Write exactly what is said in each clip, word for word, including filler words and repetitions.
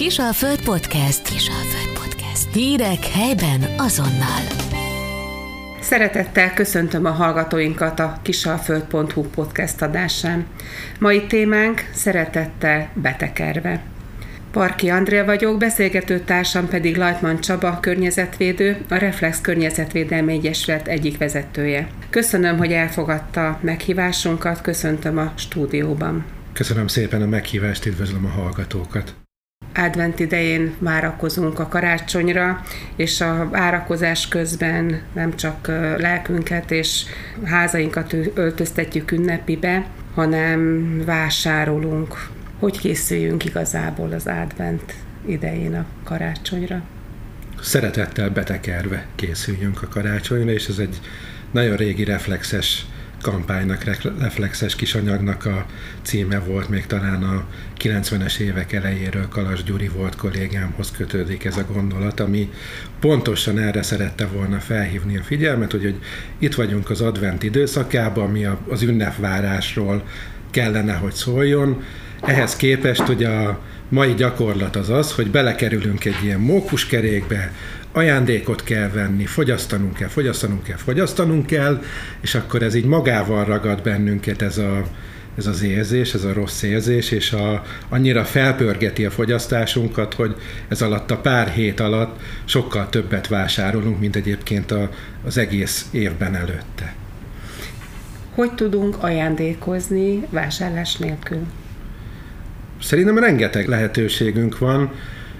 Kisalföld Podcast. Kisalföld Podcast. Hírek helyben azonnal. Szeretettel köszöntöm a hallgatóinkat a kisalföld pont hu podcast adásán. Mai témánk szeretettel betekerve. Parki Andrea vagyok, beszélgető társam pedig Lajtman Csaba, környezetvédő, a Reflex Környezetvédelmi Egyesület egyik vezetője. Köszönöm, hogy elfogadta meghívásunkat, köszöntöm a stúdióban. Köszönöm szépen a meghívást, üdvözlöm a hallgatókat. Advent idején várakozunk a karácsonyra, és a várakozás közben nem csak lelkünket és házainkat öltöztetjük ünnepibe, hanem vásárolunk. Hogy készüljünk igazából az advent idején a karácsonyra? Szeretettel betekerve készüljünk a karácsonyra, és ez egy nagyon régi reflexes kampánynak, reflexes kisanyagnak a címe volt, még talán a kilencvenes évek elejéről Kalas Gyuri volt kollégámhoz kötődik ez a gondolat, ami pontosan erre szerette volna felhívni a figyelmet, hogy, hogy itt vagyunk az advent időszakában, ami az ünnepvárásról kellene, hogy szóljon. Ehhez képest ugye a mai gyakorlat az az, hogy belekerülünk egy ilyen mókuskerékbe, ajándékot kell venni, fogyasztanunk kell, fogyasztanunk kell, fogyasztanunk kell, és akkor ez így magával ragad bennünket ez, a, ez az érzés, ez a rossz érzés, és a, annyira felpörgeti a fogyasztásunkat, hogy ez alatt a pár hét alatt sokkal többet vásárolunk, mint egyébként a, az egész évben előtte. Hogy tudunk ajándékozni vásárlás nélkül? Szerintem rengeteg lehetőségünk van,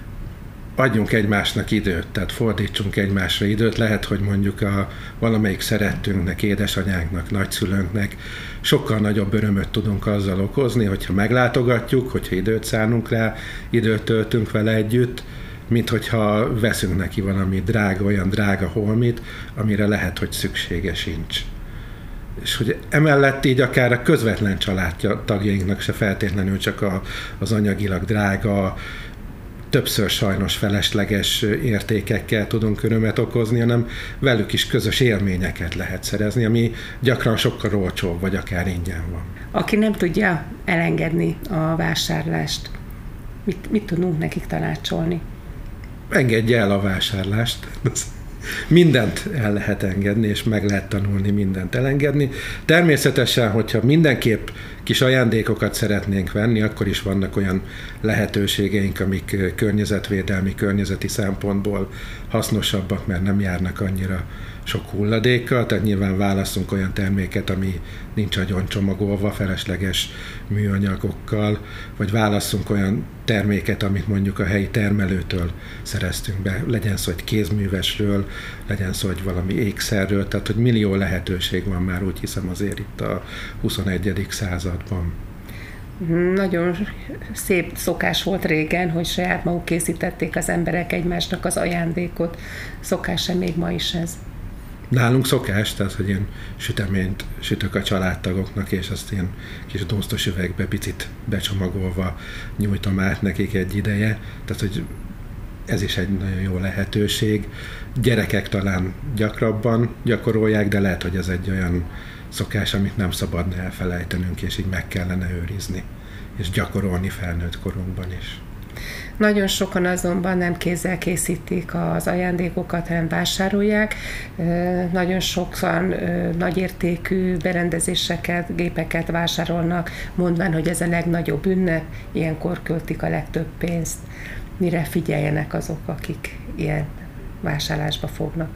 adjunk egymásnak időt, tehát fordítsunk egymásra időt, lehet, hogy mondjuk a valamelyik szerettünknek, édesanyánknak, nagyszülőnknek sokkal nagyobb örömöt tudunk azzal okozni, hogyha meglátogatjuk, hogyha időt szánunk rá, időt töltünk vele együtt, mint hogyha veszünk neki valami drága, olyan drága holmit, amire lehet, hogy szüksége sincs. És hogy emellett így akár a közvetlen családtagjainknak se feltétlenül csak a, az anyagilag drága, többször sajnos felesleges értékekkel tudunk örömet okozni, hanem velük is közös élményeket lehet szerezni, ami gyakran sokkal olcsóbb, vagy akár ingyen van. Aki nem tudja elengedni a vásárlást, mit, mit tudunk nekik tanácsolni? Engedje el a vásárlást. Mindent el lehet engedni, és meg lehet tanulni mindent elengedni. Természetesen, hogyha mindenképp kis ajándékokat szeretnénk venni, akkor is vannak olyan lehetőségeink, amik környezetvédelmi, környezeti szempontból hasznosabbak, mert nem járnak annyira sok hulladékkal, tehát nyilván választunk olyan terméket, ami nincs agyon csomagolva, felesleges műanyagokkal, vagy választunk olyan terméket, amit mondjuk a helyi termelőtől szereztünk be, legyen szó egy kézművesről, legyen szó egy valami ékszerről, tehát hogy millió lehetőség van már, úgy hiszem azért itt a huszonegyedik században. Nagyon szép szokás volt régen, hogy saját maguk készítették az emberek egymásnak az ajándékot. Szokás-e még ma is ez? Nálunk szokás, tehát hogy én süteményt sütök a családtagoknak, és azt ilyen kis dosztos üvegbe picit becsomagolva nyújtom át nekik egy ideje. Tehát, hogy ez is egy nagyon jó lehetőség. Gyerekek talán gyakrabban gyakorolják, de lehet, hogy ez egy olyan szokás, amit nem szabadna elfelejtenünk, és így meg kellene őrizni, és gyakorolni felnőtt korunkban is. Nagyon sokan azonban nem kézzel készítik az ajándékokat, hanem vásárolják. Nagyon sokan nagyértékű berendezéseket, gépeket vásárolnak, mondván, hogy ez a legnagyobb ünnep, ilyenkor költik a legtöbb pénzt. Mire figyeljenek azok, akik ilyen vásárlásba fognak?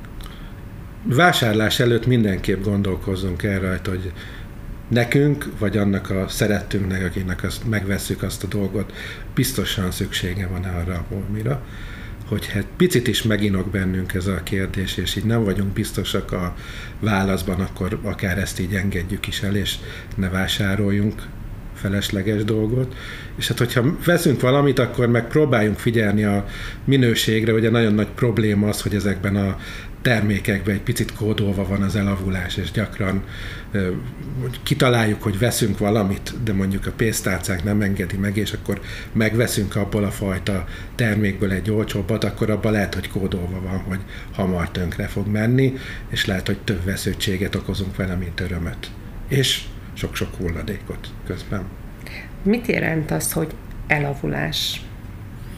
Vásárlás előtt mindenképp gondolkozzunk el rajta, hogy nekünk, vagy annak a szerettünknek, akinek azt, megvesszük azt a dolgot, biztosan szüksége van arra a holmira, hogy hát picit is meginok bennünk ez a kérdés, és így nem vagyunk biztosak a válaszban, akkor akár ezt így engedjük is el, és ne vásároljunk felesleges dolgot. És hát, hogyha veszünk valamit, akkor meg próbáljunk figyelni a minőségre. Ugye nagyon nagy probléma az, hogy ezekben a termékekben egy picit kódolva van az elavulás, és gyakran hogy kitaláljuk, hogy veszünk valamit, de mondjuk a pénztárcánk nem engedi meg, és akkor megveszünk abból a fajta termékből egy olcsóbbat, akkor abban lehet, hogy kódolva van, hogy hamar tönkre fog menni, és lehet, hogy több vesződtséget okozunk vele, mint örömöt. És sok-sok hulladékot közben. Mit jelent az, hogy elavulás?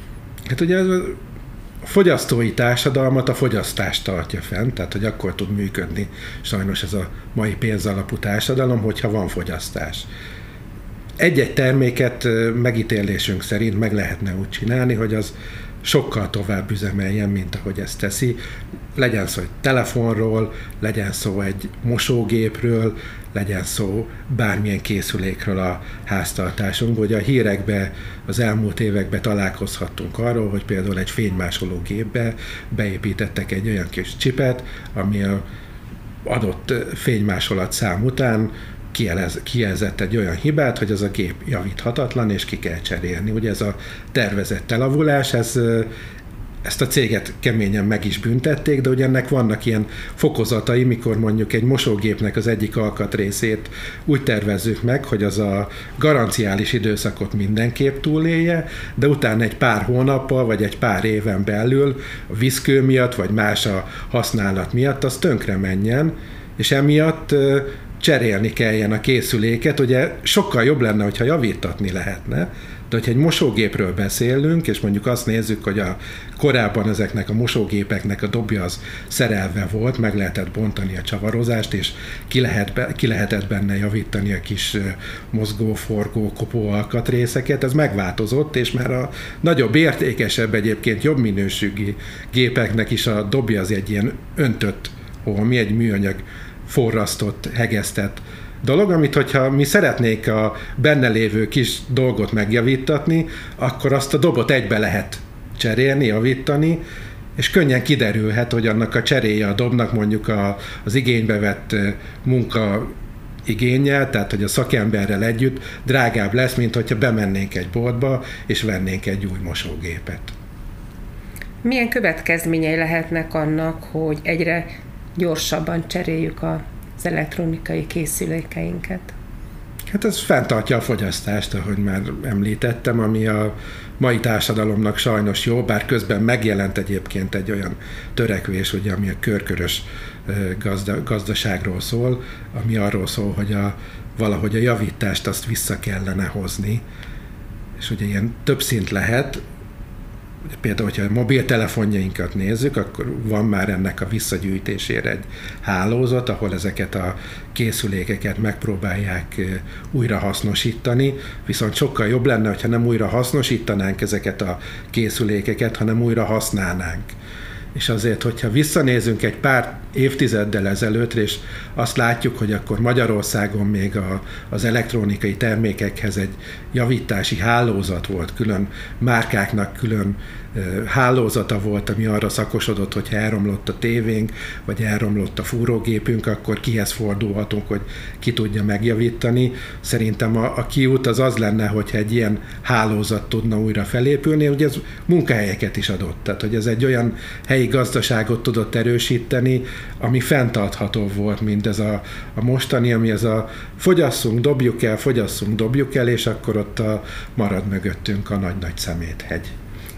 Hát ugye ez a fogyasztói társadalmat a fogyasztás tartja fent, tehát hogy akkor tud működni sajnos ez a mai pénzalapú társadalom, hogyha van fogyasztás. Egy-egy terméket megítélésünk szerint meg lehetne úgy csinálni, hogy az sokkal tovább üzemeljen, mint ahogy ezt teszi. Legyen szó egy telefonról, legyen szó egy mosógépről, legyen szó bármilyen készülékről a háztartásunkban. Ugye a hírekben az elmúlt években találkozhattunk arról, hogy például egy fénymásoló gépbe beépítettek egy olyan kis csipet, ami a adott fénymásolat szám után kijelzett egy olyan hibát, hogy az a gép javíthatatlan, és ki kell cserélni. Ugye ez a tervezett elavulás, ez, ezt a céget keményen meg is büntették, de ugye ennek vannak ilyen fokozatai, mikor mondjuk egy mosógépnek az egyik alkatrészét úgy tervezzük meg, hogy az a garanciális időszakot mindenképp túlélje, de utána egy pár hónappal, vagy egy pár éven belül a viszkő miatt, vagy más a használat miatt az tönkre menjen, és emiatt cserélni kelljen a készüléket. Ugye sokkal jobb lenne, hogyha javítatni lehetne, de hogyha egy mosógépről beszélünk, és mondjuk azt nézzük, hogy a, korábban ezeknek a mosógépeknek a dobja az szerelve volt, meg lehetett bontani a csavarozást, és ki, lehet be, ki lehetett benne javítani a kis mozgó, forgó, kopó alkatrészeket, ez megváltozott, és már a nagyobb, értékesebb, egyébként jobb minőségű gépeknek is a dobja az egy ilyen öntött holmi, egy műanyag forrasztott, hegesztett dolog, amit hogyha mi szeretnék a benne lévő kis dolgot megjavítani, akkor azt a dobot egybe lehet cserélni, javítani, és könnyen kiderülhet, hogy annak a cseréje a dobnak mondjuk a, az igénybe vett munka igénnyel, tehát hogy a szakemberrel együtt drágább lesz, mint hogyha bemennénk egy boltba, és vennénk egy új mosógépet. Milyen következményei lehetnek annak, hogy egyre gyorsabban cseréljük az elektronikai készülékeinket? Hát ez fenntartja a fogyasztást, ahogy már említettem, ami a mai társadalomnak sajnos jó, bár közben megjelent egyébként egy olyan törekvés, ugye, ami a körkörös gazda, gazdaságról szól, ami arról szól, hogy a, valahogy a javítást azt vissza kellene hozni. És ugye ilyen több szint lehet. Például, hogyha a mobiltelefonjainkat nézzük, akkor van már ennek a visszagyűjtésére egy hálózat, ahol ezeket a készülékeket megpróbálják újra hasznosítani, viszont sokkal jobb lenne, hogyha nem újra hasznosítanánk ezeket a készülékeket, hanem újra használnánk. És azért, hogyha visszanézünk egy pár évtizeddel ezelőttre, és azt látjuk, hogy akkor Magyarországon még a, az elektronikai termékekhez egy javítási hálózat volt, külön márkáknak külön hálózata volt, ami arra szakosodott, hogyha elromlott a tévénk, vagy elromlott a fúrógépünk, akkor kihez fordulhatunk, hogy ki tudja megjavítani. Szerintem a, a kiút az az lenne, hogyha egy ilyen hálózat tudna újra felépülni, ugye ez munkahelyeket is adott. Tehát, hogy ez egy olyan helyi gazdaságot tudott erősíteni, ami fenntartható volt, mint ez a, a mostani, ami ez a fogyasszunk, dobjuk el, fogyasszunk, dobjuk el, és akkor ott a, marad mögöttünk a nagy-nagy szeméthegy.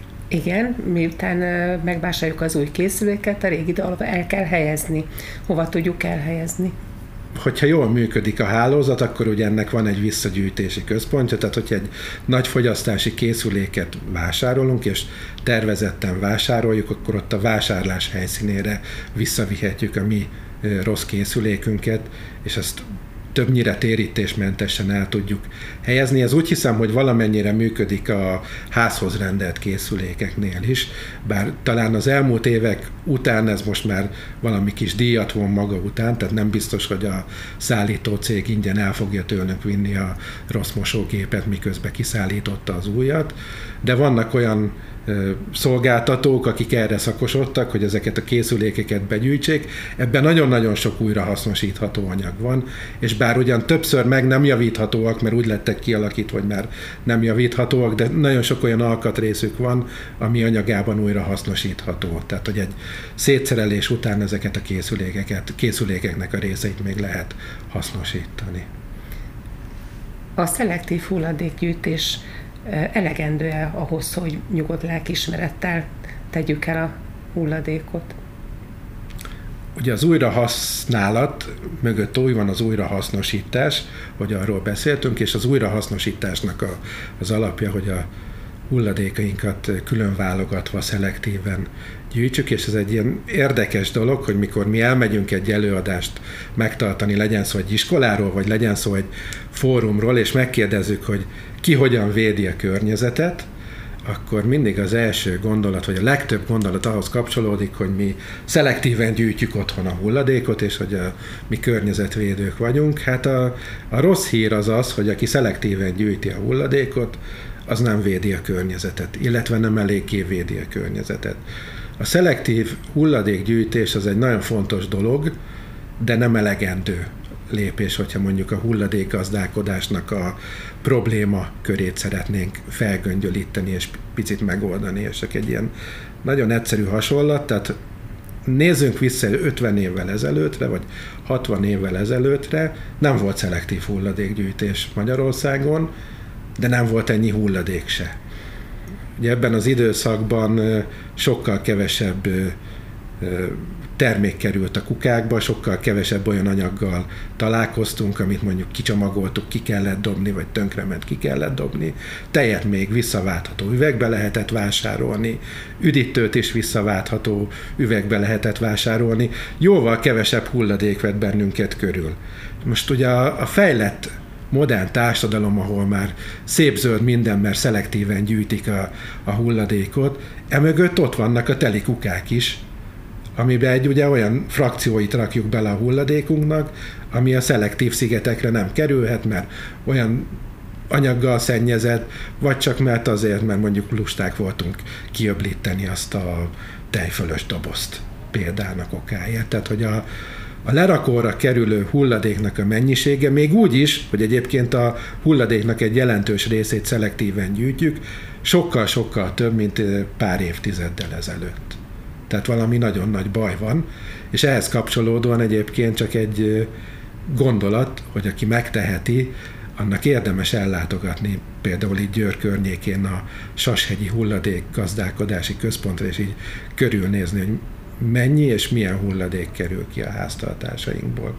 Igen, miután megvásároljuk az új készüléket, a régi dolgot el kell helyezni. Hova tudjuk elhelyezni? Hogyha jól működik a hálózat, akkor ugye ennek van egy visszagyűjtési központja, tehát hogyha egy nagy fogyasztási készüléket vásárolunk, és tervezetten vásároljuk, akkor ott a vásárlás helyszínére visszavihetjük a mi rossz készülékünket, és ezt többnyire térítésmentesen el tudjuk helyezni. Ez úgy hiszem, hogy valamennyire működik a házhoz rendelt készülékeknél is, bár talán az elmúlt évek után ez most már valami kis díjat von maga után, tehát nem biztos, hogy a szállító cég ingyen el fogja tőlünk vinni a rossz mosógépet, miközben kiszállította az újat, de vannak olyan szolgáltatók, akik erre szakosodtak, hogy ezeket a készülékeket begyűjtsék. Ebben nagyon-nagyon sok újrahasznosítható anyag van, és bár ugyan többször meg nem javíthatóak, mert úgy lettek kialakítva, hogy már nem javíthatóak, de nagyon sok olyan alkatrészük van, ami anyagában újrahasznosítható. Tehát, hogy egy szétszerelés után ezeket a készülékeket, készülékeknek a részeit még lehet hasznosítani. A szelektív hulladékgyűjtés elegendő-e ahhoz, hogy nyugodt lelkiismerettel tegyük el a hulladékot? Ugye az újrahasználat mögött úgy van az újrahasznosítás, hogy arról beszéltünk, és az újrahasznosításnak a, az alapja, hogy a hulladékainkat külön válogatva, szelektíven gyűjtsük, és ez egy ilyen érdekes dolog, hogy mikor mi elmegyünk egy előadást megtartani, legyen szó egy iskoláról, vagy legyen szó egy fórumról, és megkérdezzük, hogy ki hogyan védi a környezetet, akkor mindig az első gondolat, vagy a legtöbb gondolat ahhoz kapcsolódik, hogy mi szelektíven gyűjtjük otthon a hulladékot, és hogy a, mi környezetvédők vagyunk. Hát a, a rossz hír az az, hogy aki szelektíven gyűjti a hulladékot, az nem védi a környezetet, illetve nem eléggé védi a környezetet. A szelektív hulladékgyűjtés az egy nagyon fontos dolog, de nem elegendő lépés, hogyha mondjuk a hulladékgazdálkodásnak a probléma körét szeretnénk felgöngyölíteni és picit megoldani, és csak egy ilyen nagyon egyszerű hasonlat, tehát nézzünk vissza ötven évvel ezelőttre, vagy hatvan évvel ezelőttre, nem volt szelektív hulladékgyűjtés Magyarországon, de nem volt ennyi hulladék se. Ugye ebben az időszakban sokkal kevesebb termék került a kukákba, sokkal kevesebb olyan anyaggal találkoztunk, amit mondjuk kicsomagoltuk, ki kellett dobni, vagy tönkrement, ki kellett dobni. Tejet még visszaváltható üvegbe lehetett vásárolni, üdítőt is visszaváltható üvegbe lehetett vásárolni. Jóval kevesebb hulladék vett bennünket körül. Most ugye a, a fejlett modern társadalom, ahol már szép zöld minden, mert szelektíven gyűjtik a, a hulladékot, emögött ott vannak a teli kukák is, amiben egy ugye olyan frakcióit rakjuk bele a hulladékunknak, ami a szelektív szigetekre nem kerülhet, mert olyan anyaggal szennyezett, vagy csak mert azért, mert mondjuk lusták voltunk kiöblíteni azt a tejfölös dobozt példának okáért. Tehát, hogy a, a lerakóra kerülő hulladéknak a mennyisége, még úgy is, hogy egyébként a hulladéknak egy jelentős részét szelektíven gyűjtjük, sokkal-sokkal több, mint pár évtizeddel ezelőtt. Tehát valami nagyon nagy baj van, és ehhez kapcsolódóan egyébként csak egy gondolat, hogy aki megteheti, annak érdemes ellátogatni például itt Győr környékén a Sashegyi hulladékgazdálkodási központra, és így körülnézni, hogy mennyi és milyen hulladék kerül ki a háztartásainkból.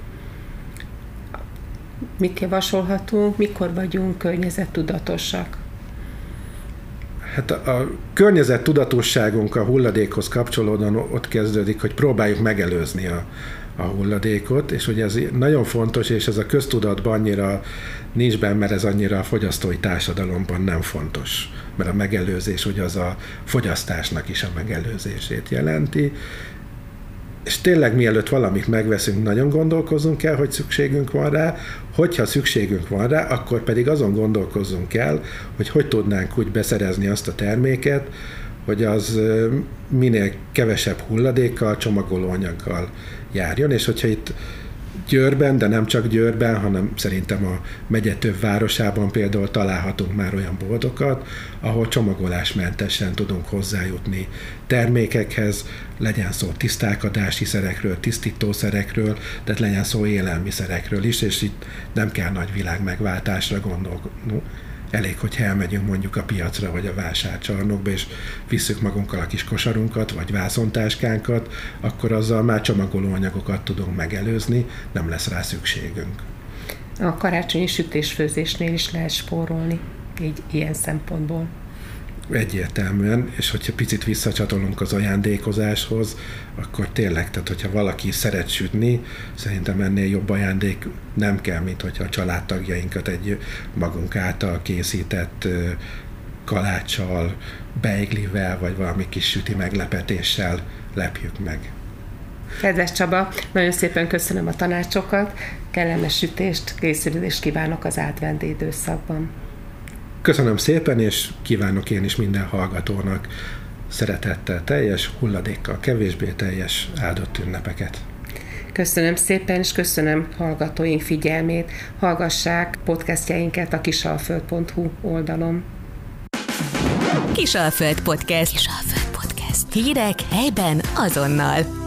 Mit javasolhatunk, mikor vagyunk környezettudatosak? Hát a, a környezettudatosságunk a hulladékhoz kapcsolódóan ott kezdődik, hogy próbáljuk megelőzni a, a hulladékot, és ugye ez nagyon fontos, és ez a köztudatban annyira nincs benne, mert ez annyira a fogyasztói társadalomban nem fontos, mert a megelőzés ugye az a fogyasztásnak is a megelőzését jelenti, és tényleg mielőtt valamit megveszünk, nagyon gondolkozzunk el, hogy szükségünk van rá, hogyha szükségünk van rá, akkor pedig azon gondolkozzunk el, hogy hogy tudnánk úgy beszerezni azt a terméket, hogy az minél kevesebb hulladékkal, csomagolóanyaggal járjon, és hogyha itt Győrben, de nem csak Győrben, hanem szerintem a megye több városában például találhatunk már olyan boltokat, ahol csomagolásmentesen tudunk hozzájutni termékekhez, legyen szó tisztálkodási szerekről, tisztítószerekről, tehát legyen szó élelmiszerekről is, és itt nem kell nagy világmegváltásra gondolnunk. Elég, hogy elmegyünk mondjuk a piacra, vagy a vásárcsarnokba, és visszük magunkkal a kis kosarunkat, vagy vászontáskánkat, akkor azzal már csomagolóanyagokat tudunk megelőzni, nem lesz rá szükségünk. A karácsonyi sütésfőzésnél is lehet spórolni, így ilyen szempontból. Egyértelműen, és hogyha picit visszacsatolunk az ajándékozáshoz, akkor tényleg, tehát hogyha valaki szeret sütni, szerintem ennél jobb ajándék nem kell, mint hogyha a családtagjainkat egy magunk által készített kaláccsal, beiglivel, vagy valami kis süti meglepetéssel lepjük meg. Kedves Csaba, nagyon szépen köszönöm a tanácsokat, kellemes sütést, készülést kívánok az adventi időszakban. Köszönöm szépen, és kívánok én is minden hallgatónak szeretettel teljes, hulladékkal kevésbé teljes áldott ünnepeket. Köszönöm szépen, és köszönöm hallgatóink figyelmét. Hallgassák podcastjainkat a kisalföld pont hu oldalon. Kisalföld Podcast. Kisalföld Podcast. Hírek helyben azonnal.